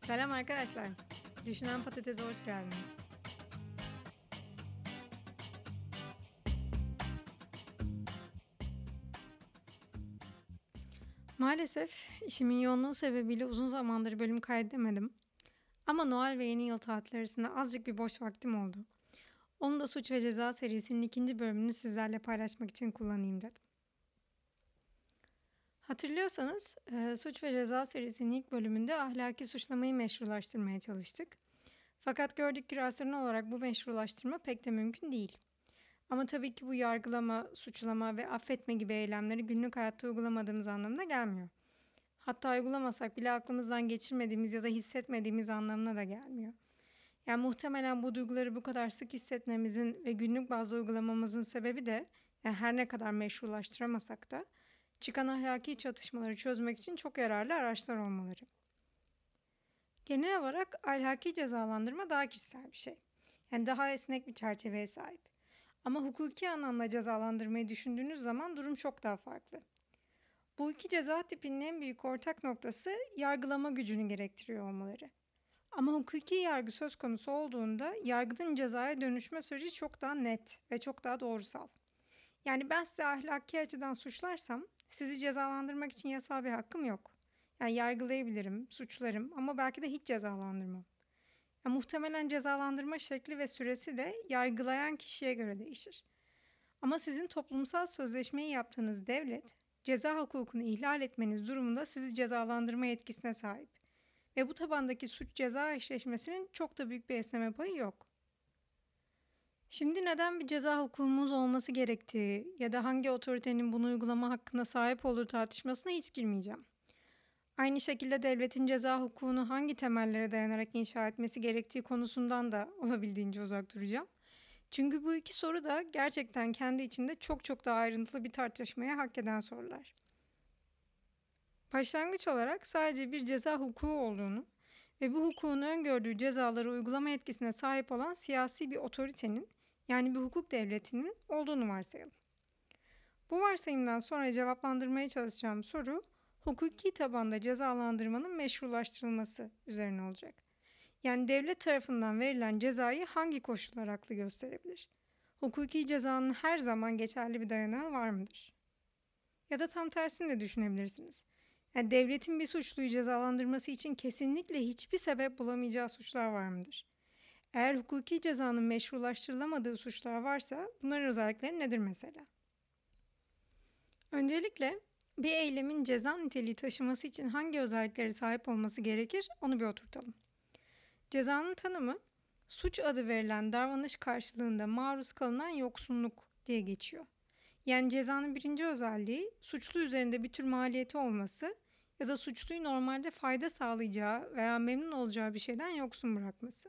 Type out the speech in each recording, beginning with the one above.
Selam arkadaşlar. Düşünen Patates'e hoş geldiniz. Maalesef işimin yoğunluğu sebebiyle uzun zamandır bölüm kaydedemedim. Ama Noel ve Yeni Yıl tatili arasında azıcık bir boş vaktim oldu. Onu da Suç ve Ceza serisinin ikinci bölümünü sizlerle paylaşmak için kullanayım dedim. Hatırlıyorsanız Suç ve Ceza serisinin ilk bölümünde ahlaki suçlamayı meşrulaştırmaya çalıştık. Fakat gördük ki rasyonel olarak bu meşrulaştırma pek de mümkün değil. Ama tabii ki bu yargılama, suçlama ve affetme gibi eylemleri günlük hayatta uygulamadığımız anlamına gelmiyor. Hatta uygulamasak bile aklımızdan geçirmediğimiz ya da hissetmediğimiz anlamına da gelmiyor. Yani muhtemelen bu duyguları bu kadar sık hissetmemizin ve günlük bazda uygulamamızın sebebi de yani her ne kadar meşrulaştıramasak da çıkan ahlaki çatışmaları çözmek için çok yararlı araçlar olmaları. Genel olarak ahlaki cezalandırma daha kişisel bir şey. Yani daha esnek bir çerçeveye sahip. Ama hukuki anlamda cezalandırmayı düşündüğünüz zaman durum çok daha farklı. Bu iki ceza tipinin en büyük ortak noktası yargılama gücünü gerektiriyor olmaları. Ama hukuki yargı söz konusu olduğunda yargının cezaya dönüşme süreci çok daha net ve çok daha doğrusal. Yani ben sizi ahlaki açıdan suçlarsam sizi cezalandırmak için yasal bir hakkım yok. Yani yargılayabilirim, suçlarım ama belki de hiç cezalandırmam. Muhtemelen cezalandırma şekli ve süresi de yargılayan kişiye göre değişir. Ama sizin toplumsal sözleşmeyi yaptığınız devlet, ceza hukukunu ihlal etmeniz durumunda sizi cezalandırma yetkisine sahip. Ve bu tabandaki suç ceza eşleşmesinin çok da büyük bir esneme payı yok. Şimdi neden bir ceza hukukumuz olması gerektiği ya da hangi otoritenin bunu uygulama hakkına sahip olduğu tartışmasına hiç girmeyeceğim. Aynı şekilde devletin ceza hukukunu hangi temellere dayanarak inşa etmesi gerektiği konusundan da olabildiğince uzak duracağım. Çünkü bu iki soru da gerçekten kendi içinde çok çok daha ayrıntılı bir tartışmaya hak eden sorular. Başlangıç olarak sadece bir ceza hukuku olduğunu ve bu hukukun öngördüğü cezaları uygulama etkisine sahip olan siyasi bir otoritenin yani bir hukuk devletinin olduğunu varsayalım. Bu varsayımdan sonra cevaplandırmaya çalışacağım soru hukuki tabanda cezalandırmanın meşrulaştırılması üzerine olacak. Yani devlet tarafından verilen cezayı hangi koşullar haklı gösterebilir? Hukuki cezanın her zaman geçerli bir dayanağı var mıdır? Ya da tam tersini de düşünebilirsiniz. Yani devletin bir suçluyu cezalandırması için kesinlikle hiçbir sebep bulamayacağı suçlar var mıdır? Eğer hukuki cezanın meşrulaştırılamadığı suçlar varsa bunların özellikleri nedir mesela? Öncelikle bir eylemin ceza niteliği taşıması için hangi özelliklere sahip olması gerekir onu bir oturtalım. Cezanın tanımı suç adı verilen davranış karşılığında maruz kalınan yoksunluk diye geçiyor. Yani cezanın birinci özelliği suçlu üzerinde bir tür maliyeti olması ya da suçluyu normalde fayda sağlayacağı veya memnun olacağı bir şeyden yoksun bırakması.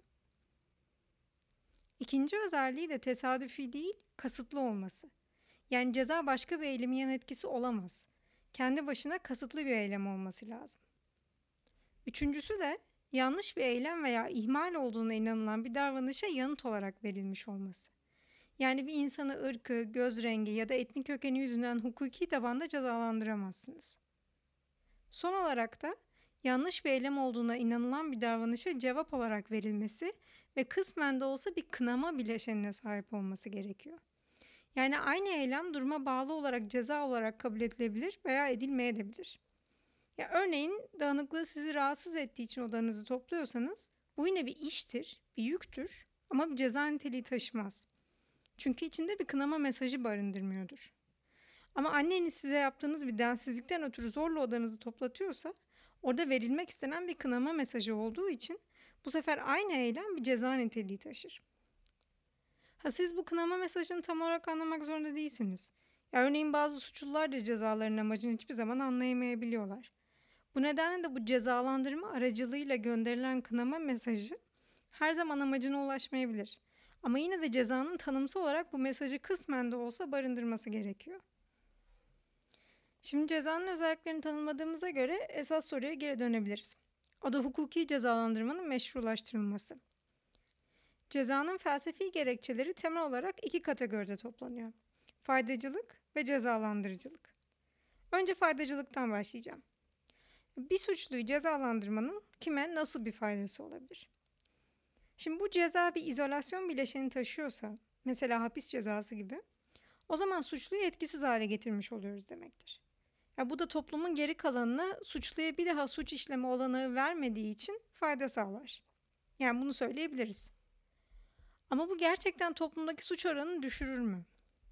İkinci özelliği de tesadüfi değil, kasıtlı olması. Yani ceza başka bir eylemin yan etkisi olamaz. Kendi başına kasıtlı bir eylem olması lazım. Üçüncüsü de yanlış bir eylem veya ihmal olduğuna inanılan bir davranışa yanıt olarak verilmiş olması. Yani bir insanı ırkı, göz rengi ya da etnik kökeni yüzünden hukuki tabanda cezalandıramazsınız. Son olarak da yanlış bir eylem olduğuna inanılan bir davranışa cevap olarak verilmesi ve kısmen de olsa bir kınama bileşenine sahip olması gerekiyor. Yani aynı eylem duruma bağlı olarak ceza olarak kabul edilebilir veya edilmeyebilir. Ya örneğin dağınıklığı sizi rahatsız ettiği için odanızı topluyorsanız bu yine bir iştir, bir yüktür ama bir ceza niteliği taşımaz. Çünkü içinde bir kınama mesajı barındırmıyordur. Ama anneniz size yaptığınız bir densizlikten ötürü zorla odanızı toplatıyorsa orada verilmek istenen bir kınama mesajı olduğu için bu sefer aynı eylem bir ceza niteliği taşır. Siz bu kınama mesajını tam olarak anlamak zorunda değilsiniz. Ya örneğin bazı suçlular da cezaların amacını hiçbir zaman anlayamayabiliyorlar. Bu nedenle de bu cezalandırma aracılığıyla gönderilen kınama mesajı her zaman amacına ulaşmayabilir. Ama yine de cezanın tanımsal olarak bu mesajı kısmen de olsa barındırması gerekiyor. Şimdi cezanın özelliklerini tanımladığımıza göre esas soruya geri dönebiliriz. O da hukuki cezalandırmanın meşrulaştırılması. Cezanın felsefi gerekçeleri temel olarak iki kategoride toplanıyor. Faydacılık ve cezalandırıcılık. Önce faydacılıktan başlayacağım. Bir suçluyu cezalandırmanın kime nasıl bir faydası olabilir? Şimdi bu ceza bir izolasyon bileşeni taşıyorsa, mesela hapis cezası gibi, o zaman suçluyu etkisiz hale getirmiş oluyoruz demektir. Ya bu da toplumun geri kalanına suçluya bir daha suç işleme olanağı vermediği için fayda sağlar. Yani bunu söyleyebiliriz. Ama bu gerçekten toplumdaki suç oranını düşürür mü?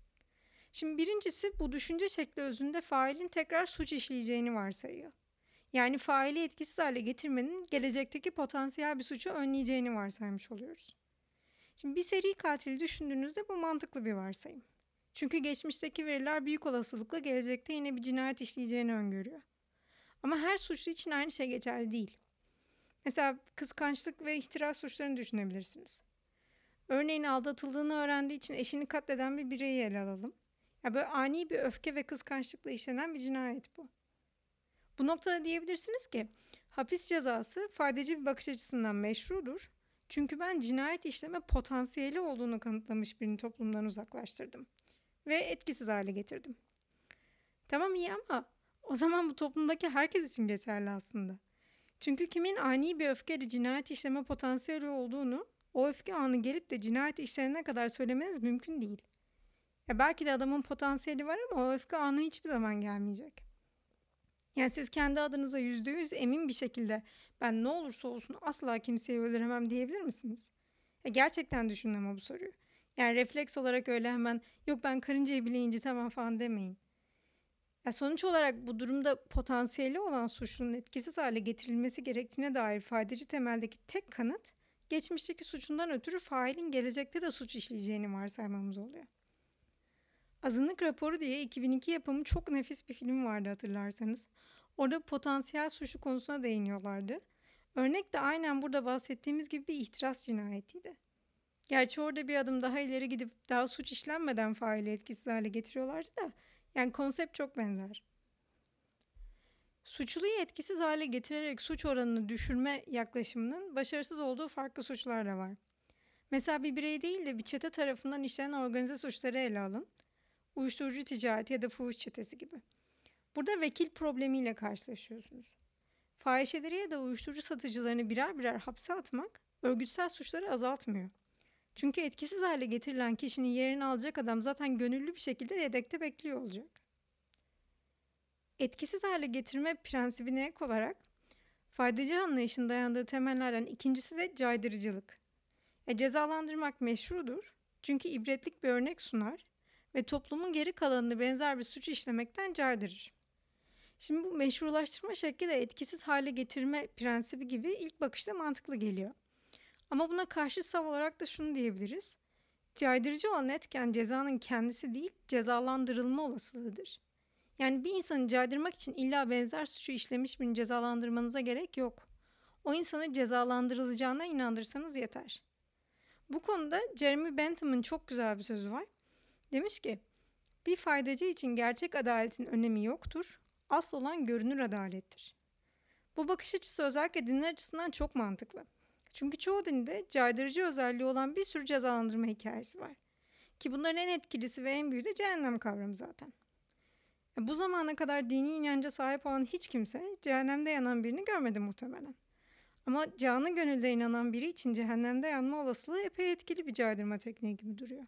Şimdi birincisi, bu düşünce şekli özünde failin tekrar suç işleyeceğini varsayıyor. Yani faili etkisiz hale getirmenin gelecekteki potansiyel bir suçu önleyeceğini varsaymış oluyoruz. Şimdi bir seri katili düşündüğünüzde bu mantıklı bir varsayım. Çünkü geçmişteki veriler büyük olasılıkla gelecekte yine bir cinayet işleyeceğini öngörüyor. Ama her suçlu için aynı şey geçerli değil. Mesela kıskançlık ve ihtiras suçlarını düşünebilirsiniz. Örneğin aldatıldığını öğrendiği için eşini katleden bir bireyi ele alalım. Ya böyle ani bir öfke ve kıskançlıkla işlenen bir cinayet bu. Bu noktada diyebilirsiniz ki hapis cezası faydacı bir bakış açısından meşrudur. Çünkü ben cinayet işleme potansiyeli olduğunu kanıtlamış birini toplumdan uzaklaştırdım ve etkisiz hale getirdim. Tamam, iyi, ama o zaman bu toplumdaki herkes için geçerli aslında. Çünkü kimin ani bir öfkeyle cinayet işleme potansiyeli olduğunu o öfke anı gelip de cinayet işlenene kadar söylemeniz mümkün değil. Ya belki de adamın potansiyeli var ama o öfke anı hiçbir zaman gelmeyecek. Yani siz kendi adınıza %100 emin bir şekilde ben ne olursa olsun asla kimseyi öldüremem diyebilir misiniz? Gerçekten düşünün ama bu soruyu. Yani refleks olarak öyle hemen yok ben karıncayı bile incitemem falan demeyin. Ya sonuç olarak bu durumda potansiyeli olan suçlunun etkisiz hale getirilmesi gerektiğine dair faydacı temeldeki tek kanıt, geçmişteki suçundan ötürü failin gelecekte de suç işleyeceğini varsaymamız oluyor. Azınlık Raporu diye 2002 yapımı çok nefis bir film vardı, hatırlarsanız. Orada potansiyel suçlu konusuna değiniyorlardı. Örnek de aynen burada bahsettiğimiz gibi bir ihtiras cinayetiydi. Gerçi orada bir adım daha ileri gidip daha suç işlenmeden faili etkisiz hale getiriyorlardı da, yani konsept çok benzer. Suçluyu etkisiz hale getirerek suç oranını düşürme yaklaşımının başarısız olduğu farklı suçlar da var. Mesela bir birey değil de bir çete tarafından işlenen organize suçları ele alın. Uyuşturucu ticareti ya da fuhuş çetesi gibi. Burada vekil problemiyle karşılaşıyorsunuz. Fahişeleri ya da uyuşturucu satıcılarını birer birer hapse atmak örgütsel suçları azaltmıyor. Çünkü etkisiz hale getirilen kişinin yerini alacak adam zaten gönüllü bir şekilde yedekte bekliyor olacak. Etkisiz hale getirme prensibine ek olarak faydacı anlayışın dayandığı temellerden ikincisi de caydırıcılık. Cezalandırmak meşrudur çünkü ibretlik bir örnek sunar ve toplumun geri kalanını benzer bir suç işlemekten caydırır. Şimdi bu meşrulaştırma şekli de etkisiz hale getirme prensibi gibi ilk bakışta mantıklı geliyor. Ama buna karşı sav olarak da şunu diyebiliriz. Caydırıcı olan etken cezanın kendisi değil, cezalandırılma olasılığıdır. Yani bir insanı caydırmak için illa benzer suçu işlemiş birini cezalandırmanıza gerek yok. O insanı cezalandırılacağına inandırsanız yeter. Bu konuda Jeremy Bentham'ın çok güzel bir sözü var. Demiş ki, bir faydacı için gerçek adaletin önemi yoktur, asıl olan görünür adalettir. Bu bakış açısı özellikle dinler açısından çok mantıklı. Çünkü çoğu dinde caydırıcı özelliği olan bir sürü cezalandırma hikayesi var. Ki bunların en etkilisi ve en büyüğü de cehennem kavramı zaten. Bu zamana kadar dini inanca sahip olan hiç kimse cehennemde yanan birini görmedi muhtemelen. Ama canı gönülde inanan biri için cehennemde yanma olasılığı epey etkili bir caydırma tekniği gibi duruyor.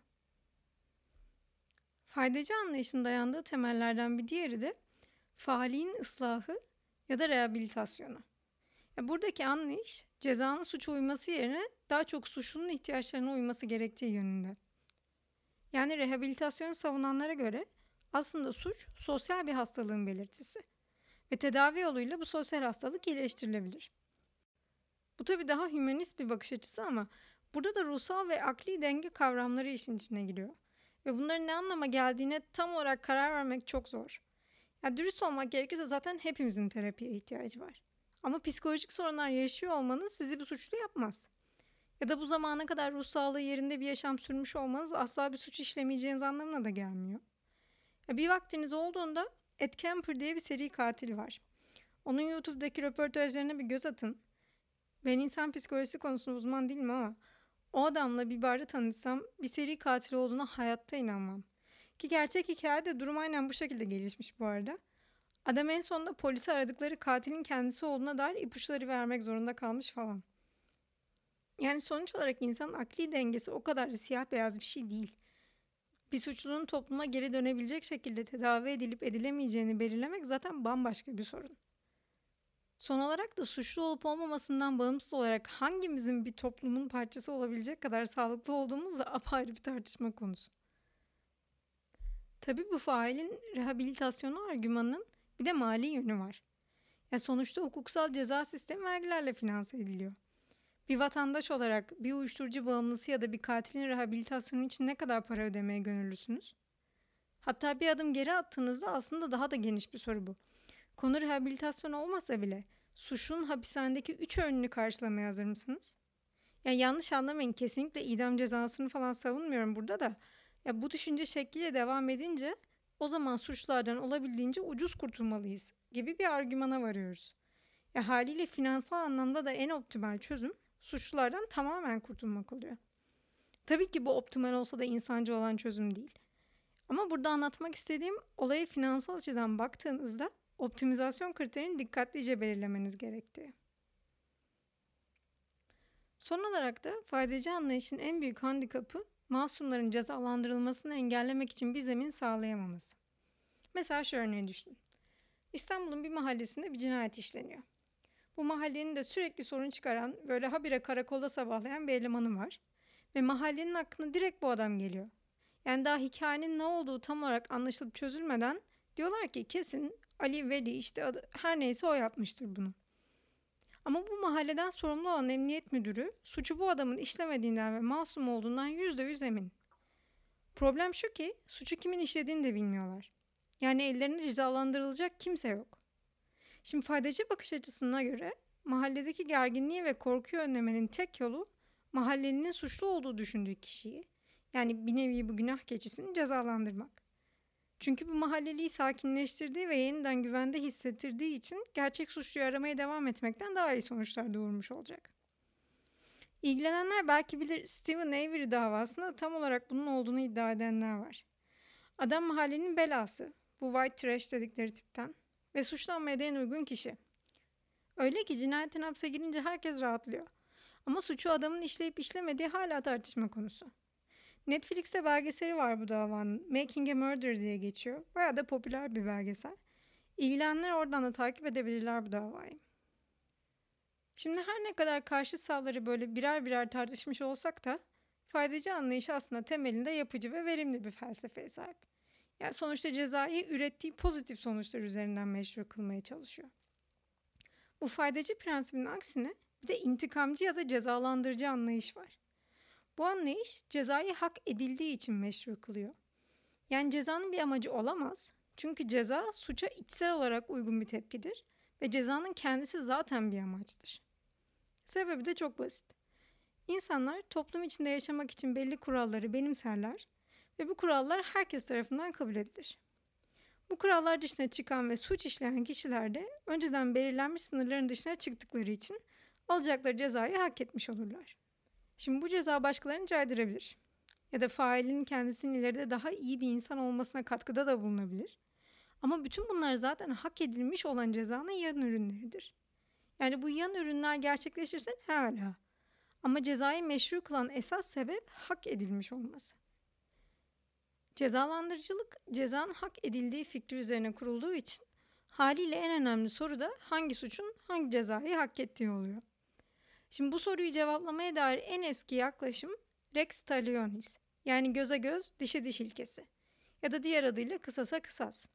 Faydacı anlayışın dayandığı temellerden bir diğeri de failin ıslahı ya da rehabilitasyonu. Buradaki anlayış cezanın suça uyması yerine daha çok suçlunun ihtiyaçlarına uyması gerektiği yönünde. Yani rehabilitasyonu savunanlara göre aslında suç sosyal bir hastalığın belirtisi ve tedavi yoluyla bu sosyal hastalık iyileştirilebilir. Bu tabii daha hümanist bir bakış açısı ama burada da ruhsal ve akli denge kavramları işin içine giriyor. Ve bunların ne anlama geldiğine tam olarak karar vermek çok zor. Dürüst olmak gerekirse zaten hepimizin terapiye ihtiyacı var. Ama psikolojik sorunlar yaşıyor olmanız sizi bir suçlu yapmaz. Ya da bu zamana kadar ruh sağlığı yerinde bir yaşam sürmüş olmanız asla bir suç işlemeyeceğiniz anlamına da gelmiyor. Bir vaktiniz olduğunda Ed Kemper diye bir seri katil var. Onun YouTube'daki röportajlarına bir göz atın. Ben insan psikolojisi konusunda uzman değilim ama o adamla bir barda tanışsam bir seri katil olduğuna hayatta inanmam. Ki gerçek hikayede durum aynen bu şekilde gelişmiş bu arada. Adam en sonunda polisi aradıkları katilin kendisi olduğuna dair ipuçları vermek zorunda kalmış falan. Yani sonuç olarak insanın akli dengesi o kadar da siyah beyaz bir şey değil. Bir suçlunun topluma geri dönebilecek şekilde tedavi edilip edilemeyeceğini belirlemek zaten bambaşka bir sorun. Son olarak da suçlu olup olmamasından bağımsız olarak hangimizin bir toplumun parçası olabilecek kadar sağlıklı olduğumuz da apayrı bir tartışma konusu. Tabii bu failin rehabilitasyonu argümanının bir de mali yönü var. Ya sonuçta hukuksal ceza sistemi vergilerle finanse ediliyor. Bir vatandaş olarak bir uyuşturucu bağımlısı ya da bir katilin rehabilitasyonu için ne kadar para ödemeye gönüllüsünüz? Hatta bir adım geri attığınızda aslında daha da geniş bir soru bu. Konu rehabilitasyon olmasa bile suçlunun hapishanedeki 3 öğününü karşılamaya hazır mısınız? Yani yanlış anlamayın, kesinlikle idam cezasını falan savunmuyorum burada da. Ya bu düşünce şekliyle devam edince o zaman suçlardan olabildiğince ucuz kurtulmalıyız gibi bir argümana varıyoruz. Ya haliyle finansal anlamda da en optimal çözüm suçlulardan tamamen kurtulmak oluyor. Tabii ki bu optimal olsa da insancı olan çözüm değil. Ama burada anlatmak istediğim, olaya finansal açıdan baktığınızda optimizasyon kriterini dikkatlice belirlemeniz gerektiği. Son olarak da faydacı anlayışın en büyük handikapı masumların cezalandırılmasını engellemek için bir zemin sağlayamaması. Mesela şu örneği düşünün. İstanbul'un bir mahallesinde bir cinayet işleniyor. Bu mahallenin de sürekli sorun çıkaran, böyle habire karakolda sabahlayan bir elemanı var. Ve mahallenin aklına direkt bu adam geliyor. Yani daha hikayenin ne olduğu tam olarak anlaşılıp çözülmeden diyorlar ki kesin Ali, Veli, işte adı, her neyse o yapmıştır bunu. Ama bu mahalleden sorumlu olan emniyet müdürü suçu bu adamın işlemediğinden ve masum olduğundan %100 emin. Problem şu ki suçu kimin işlediğini de bilmiyorlar. Yani ellerine cezalandırılacak kimse yok. Şimdi faydacı bakış açısına göre mahalledeki gerginliği ve korkuyu önlemenin tek yolu mahallelinin suçlu olduğu düşündüğü kişiyi, yani bir nevi bu günah keçisini cezalandırmak. Çünkü bu mahalleliyi sakinleştirdiği ve yeniden güvende hissettirdiği için gerçek suçluyu aramaya devam etmekten daha iyi sonuçlar doğurmuş olacak. İlgilenenler belki bilir, Steven Avery davasında tam olarak bunun olduğunu iddia edenler var. Adam mahallenin belası, bu white trash dedikleri tipten ve suçlanmaya da en uygun kişi. Öyle ki cinayetten hapse girince herkes rahatlıyor. Ama suçu adamın işleyip işlemediği hala tartışma konusu. Netflix'te belgeseli var bu davanın. Making a Murder diye geçiyor. Bayağı da popüler bir belgesel. İlgilenenler oradan da takip edebilirler bu davayı. Şimdi her ne kadar karşı savları böyle birer birer tartışmış olsak da faydacı anlayışı aslında temelinde yapıcı ve verimli bir felsefeye sahip. Yani sonuçta cezayı ürettiği pozitif sonuçlar üzerinden meşru kılmaya çalışıyor. Bu faydacı prensibinin aksine bir de intikamcı ya da cezalandırıcı anlayış var. Bu anlayış cezayı hak edildiği için meşru kılıyor. Yani cezanın bir amacı olamaz. Çünkü ceza suça içsel olarak uygun bir tepkidir ve cezanın kendisi zaten bir amaçtır. Sebebi de çok basit. İnsanlar toplum içinde yaşamak için belli kuralları benimserler ve bu kurallar herkes tarafından kabul edilir. Bu kurallar dışına çıkan ve suç işleyen kişiler de önceden belirlenmiş sınırların dışına çıktıkları için alacakları cezayı hak etmiş olurlar. Şimdi bu ceza başkalarını caydırabilir ya da failin kendisinin ileride daha iyi bir insan olmasına katkıda da bulunabilir. Ama bütün bunlar zaten hak edilmiş olan cezanın yan ürünleridir. Yani bu yan ürünler gerçekleşirse ne hala. Ama cezayı meşru kılan esas sebep hak edilmiş olması. Cezalandırıcılık, cezanın hak edildiği fikri üzerine kurulduğu için haliyle en önemli soru da hangi suçun hangi cezayı hak ettiği oluyor. Şimdi bu soruyu cevaplamaya dair en eski yaklaşım Rex talionis, yani göze göz, dişe diş ilkesi ya da diğer adıyla kısasa kısas.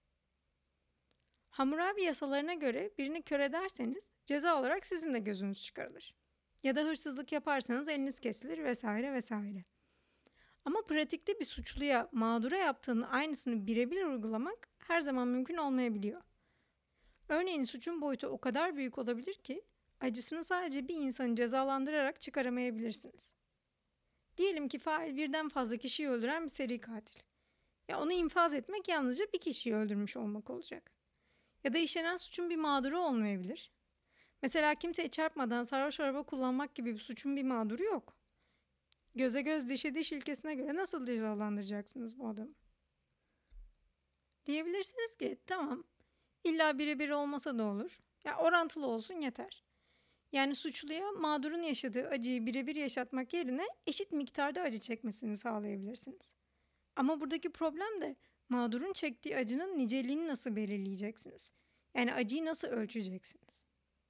Hammurabi yasalarına göre birini kör ederseniz ceza olarak sizin de gözünüz çıkarılır. Ya da hırsızlık yaparsanız eliniz kesilir vesaire vesaire. Ama pratikte bir suçluya, mağdura yaptığının aynısını birebir uygulamak her zaman mümkün olmayabiliyor. Örneğin suçun boyutu o kadar büyük olabilir ki acısını sadece bir insanı cezalandırarak çıkaramayabilirsiniz. Diyelim ki fail birden fazla kişiyi öldüren bir seri katil. Ya onu infaz etmek yalnızca bir kişiyi öldürmüş olmak olacak. Ya da işlenen suçun bir mağduru olmayabilir. Mesela kimseye çarpmadan sarhoş araba kullanmak gibi bir suçun bir mağduru yok. Göze göz dişe diş ilkesine göre nasıl cezalandıracaksınız bu adamı? Diyebilirsiniz ki tamam, İlla birebir olmasa da olur. Ya orantılı olsun yeter. Yani suçluya mağdurun yaşadığı acıyı birebir yaşatmak yerine eşit miktarda acı çekmesini sağlayabilirsiniz. Ama buradaki problem de mağdurun çektiği acının niceliğini nasıl belirleyeceksiniz? Yani acıyı nasıl ölçeceksiniz?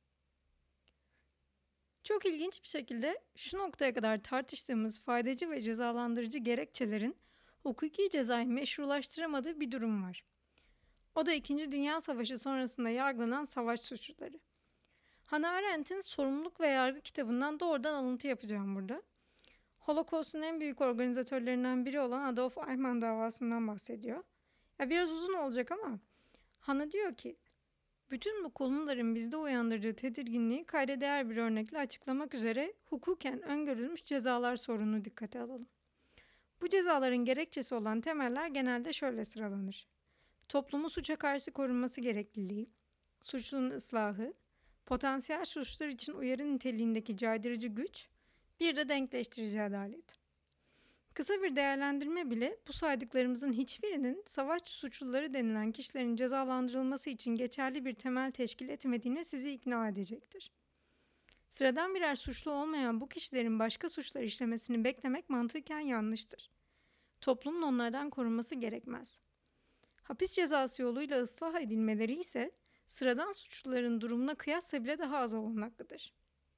Çok ilginç bir şekilde şu noktaya kadar tartıştığımız faydacı ve cezalandırıcı gerekçelerin hukuki cezayı meşrulaştıramadığı bir durum var. O da 2. Dünya Savaşı sonrasında yargılanan savaş suçluları. Hannah Arendt'in Sorumluluk ve Yargı kitabından doğrudan alıntı yapacağım burada. Holocaust'un en büyük organizatörlerinden biri olan Adolf Eichmann davasından bahsediyor. Ya biraz uzun olacak ama Hannah diyor ki, bütün bu konuların bizde uyandırdığı tedirginliği kayda değer bir örnekle açıklamak üzere hukuken öngörülmüş cezalar sorununu dikkate alalım. Bu cezaların gerekçesi olan temeller genelde şöyle sıralanır. Toplumu suça karşı korunması gerekliliği, suçlunun ıslahı, potansiyel suçlar için uyarı niteliğindeki caydırıcı güç, bir de denkleştirici adalet. Kısa bir değerlendirme bile bu saydıklarımızın hiçbirinin savaş suçluları denilen kişilerin cezalandırılması için geçerli bir temel teşkil etmediğine sizi ikna edecektir. Sıradan birer suçlu olmayan bu kişilerin başka suçlar işlemesini beklemek mantıken yanlıştır. Toplumun onlardan korunması gerekmez. Hapis cezası yoluyla ıslah edilmeleri ise sıradan suçluların durumuna kıyasla bile daha az olanaklıdır.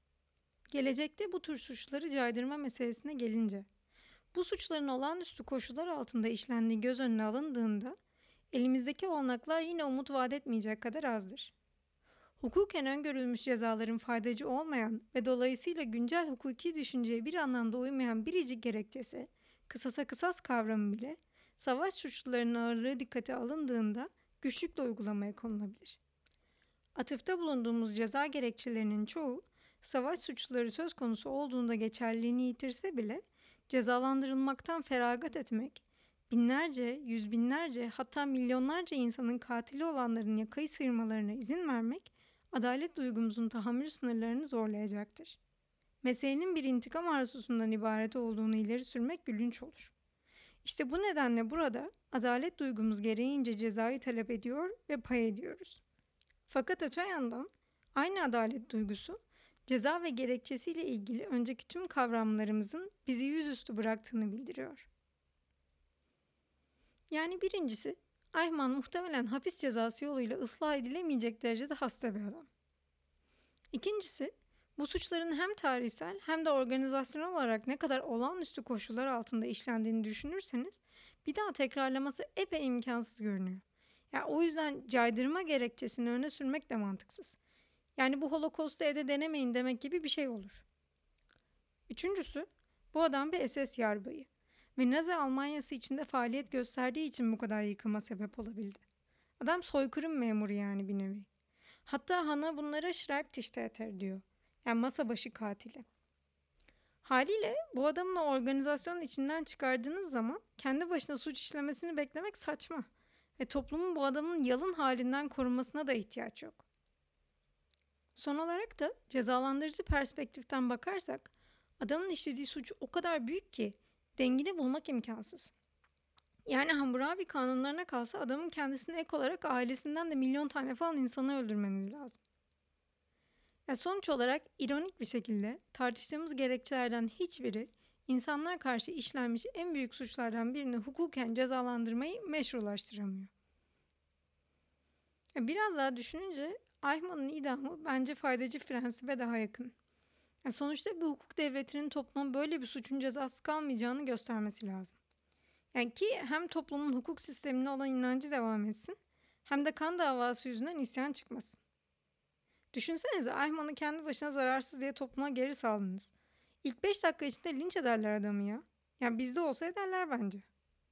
Gelecekte bu tür suçları caydırma meselesine gelince, bu suçların olağanüstü koşullar altında işlendiği göz önüne alındığında elimizdeki olanaklar yine umut vaat etmeyecek kadar azdır. Hukuken öngörülmüş cezaların faydacı olmayan ve dolayısıyla güncel hukuki düşünceye bir anlamda uymayan biricik gerekçesi, kısasa kısas kavramı bile savaş suçlularının ağırlığı dikkate alındığında güçlükle uygulamaya konulabilir. Atıfta bulunduğumuz ceza gerekçelerinin çoğu savaş suçluları söz konusu olduğunda geçerliliğini yitirse bile cezalandırılmaktan feragat etmek, binlerce, yüz binlerce hatta milyonlarca insanın katili olanların yakayı sıyırmalarına izin vermek adalet duygumuzun tahammül sınırlarını zorlayacaktır. Meselenin bir intikam arzusundan ibaret olduğunu ileri sürmek gülünç olur. İşte bu nedenle burada adalet duygumuz gereğince cezayı talep ediyor ve pay ediyoruz. Fakat öte yandan aynı adalet duygusu ceza ve gerekçesiyle ilgili önceki tüm kavramlarımızın bizi yüzüstü bıraktığını bildiriyor. Yani birincisi, Eichmann muhtemelen hapis cezası yoluyla ıslah edilemeyecek derecede hasta bir adam. İkincisi, bu suçların hem tarihsel hem de organizasyonel olarak ne kadar olağanüstü koşullar altında işlendiğini düşünürseniz bir daha tekrarlaması epey imkansız görünüyor. O yüzden caydırma gerekçesini öne sürmek de mantıksız. Yani bu Holocaust'u evde denemeyin demek gibi bir şey olur. Üçüncüsü, bu adam bir SS yarbayı ve Nazi Almanyası içinde faaliyet gösterdiği için bu kadar yıkıma sebep olabildi. Adam soykırım memuru yani bir nevi. Hatta Hannah bunlara Schreibtischtäter diyor. Yani masa başı katili. Haliyle bu adamın organizasyonun içinden çıkardığınız zaman kendi başına suç işlemesini beklemek saçma. Ve toplumun bu adamın yalın halinden korunmasına da ihtiyaç yok. Son olarak da cezalandırıcı perspektiften bakarsak adamın işlediği suç o kadar büyük ki dengini bulmak imkansız. Yani Hammurabi kanunlarına kalsa adamın kendisine ek olarak ailesinden de milyon tane falan insanı öldürmeniz lazım. Sonuç olarak ironik bir şekilde tartıştığımız gerekçelerden hiçbiri insanlar karşı işlenmiş en büyük suçlardan birini hukuken cezalandırmayı meşrulaştıramıyor. Biraz daha düşününce Eichmann'ın idamı bence faydacı prensibe daha yakın. Sonuçta bir hukuk devletinin topluma böyle bir suçun cezası kalmayacağını göstermesi lazım. Ki hem toplumun hukuk sistemine olan inancı devam etsin hem de kan davası yüzünden isyan çıkmasın. Düşünsenize Eichmann'ı kendi başına zararsız diye topluma geri saldınız. İlk 5 dakika içinde linç ederler adamı ya. Bizde olsa ederler bence.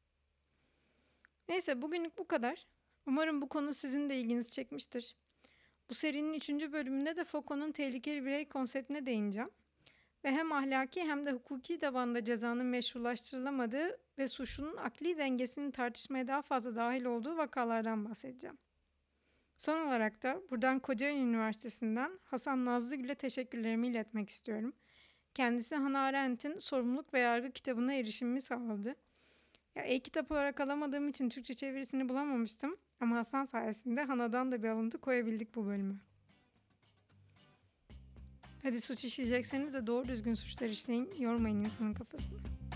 Neyse bugünlük bu kadar. Umarım bu konu sizin de ilginizi çekmiştir. Bu serinin 3. bölümünde de Foucault'un tehlikeli birey konseptine değineceğim. Ve hem ahlaki hem de hukuki tabanda cezanın meşrulaştırılamadığı ve suçlunun akli dengesinin tartışmaya daha fazla dahil olduğu vakalardan bahsedeceğim. Son olarak da buradan Kocaeli Üniversitesi'nden Hasan Nazlıgül'e teşekkürlerimi iletmek istiyorum. Kendisi Hannah Arendt'in Sorumluluk ve Yargı kitabına erişimimi sağladı. Ya e-kitap olarak alamadığım için Türkçe çevirisini bulamamıştım. Ama Hasan sayesinde Hana'dan da bir alıntı koyabildik bu bölüme. Hadi suç işleyecekseniz de doğru düzgün suçlar işleyin, yormayın insanın kafasını.